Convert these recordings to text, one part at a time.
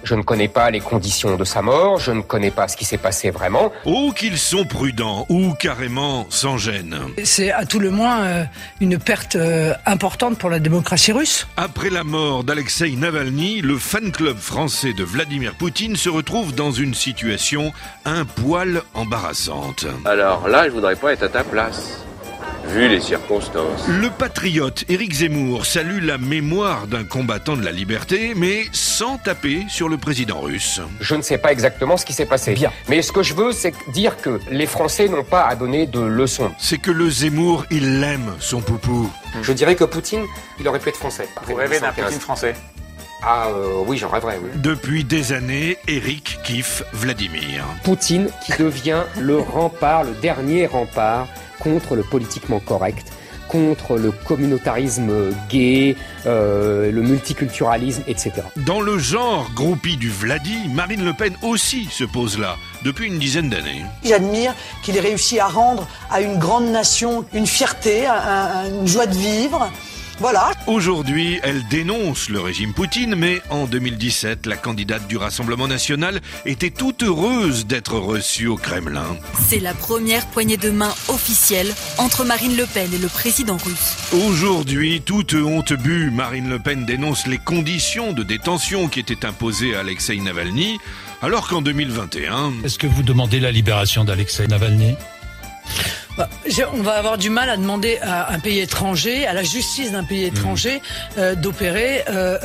Je ne connais pas les conditions de sa mort, je ne connais pas ce qui s'est passé vraiment. Oh, qu'ils sont prudents, ou carrément sans gêne. C'est à tout le moins une perte importante pour la démocratie russe. Après la mort d'Alexeï Navalny, le fan club français de Vladimir Poutine se retrouve dans une situation un poil embarrassante. Alors là, je voudrais pas être à ta place, vu les circonstances. Le patriote Éric Zemmour salue la mémoire d'un combattant de la liberté, mais sans taper sur le président russe. Je ne sais pas exactement ce qui s'est passé. Bien. Mais ce que je veux, c'est dire que les Français n'ont pas à donner de leçons. C'est que le Zemmour, il l'aime, son poupou. Je dirais que Poutine, il aurait pu être français. Vous rêvez d'un Poutine français ? Oui, j'en rêverais, oui. Depuis des années, Éric kiffe Vladimir. Poutine qui devient le rempart, le dernier rempart contre le politiquement correct, contre le communautarisme gay, le multiculturalisme, etc. Dans le genre groupie du Vladi, Marine Le Pen aussi se pose là, depuis une dizaine d'années. J'admire qu'il ait réussi à rendre à une grande nation une fierté, une joie de vivre. Voilà. Aujourd'hui, elle dénonce le régime Poutine, mais en 2017, la candidate du Rassemblement national était toute heureuse d'être reçue au Kremlin. C'est la première poignée de main officielle entre Marine Le Pen et le président russe. Aujourd'hui, toute honte bue, Marine Le Pen dénonce les conditions de détention qui étaient imposées à Alexeï Navalny, alors qu'en 2021... Est-ce que vous demandez la libération d'Alexeï Navalny ? On va avoir du mal à demander à un pays étranger, à la justice d'un pays étranger, d'opérer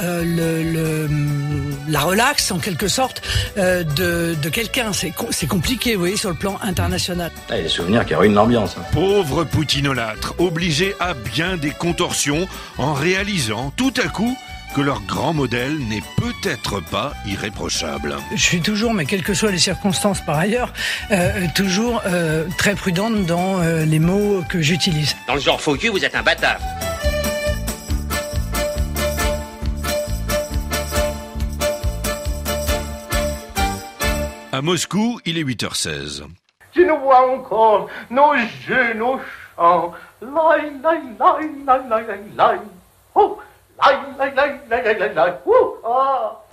la relaxe, en quelque sorte, de quelqu'un. C'est compliqué, vous voyez, sur le plan international. Il y a des souvenirs qui ruinent l'ambiance. Pauvre poutinolâtre, obligé à bien des contorsions en réalisant tout à coup que leur grand modèle n'est peut-être pas irréprochable. Je suis toujours, mais quelles que soient les circonstances par ailleurs, toujours très prudente dans les mots que j'utilise. Dans le genre faux cul, vous êtes un bâtard. À Moscou, il est 8h16. Je nous vois encore nos jeux, nos chants. Lai, lai, lai, lai, lai, lai, lai. Oh! Lai, lai, lai, lai, lai, lai, lai. Ah!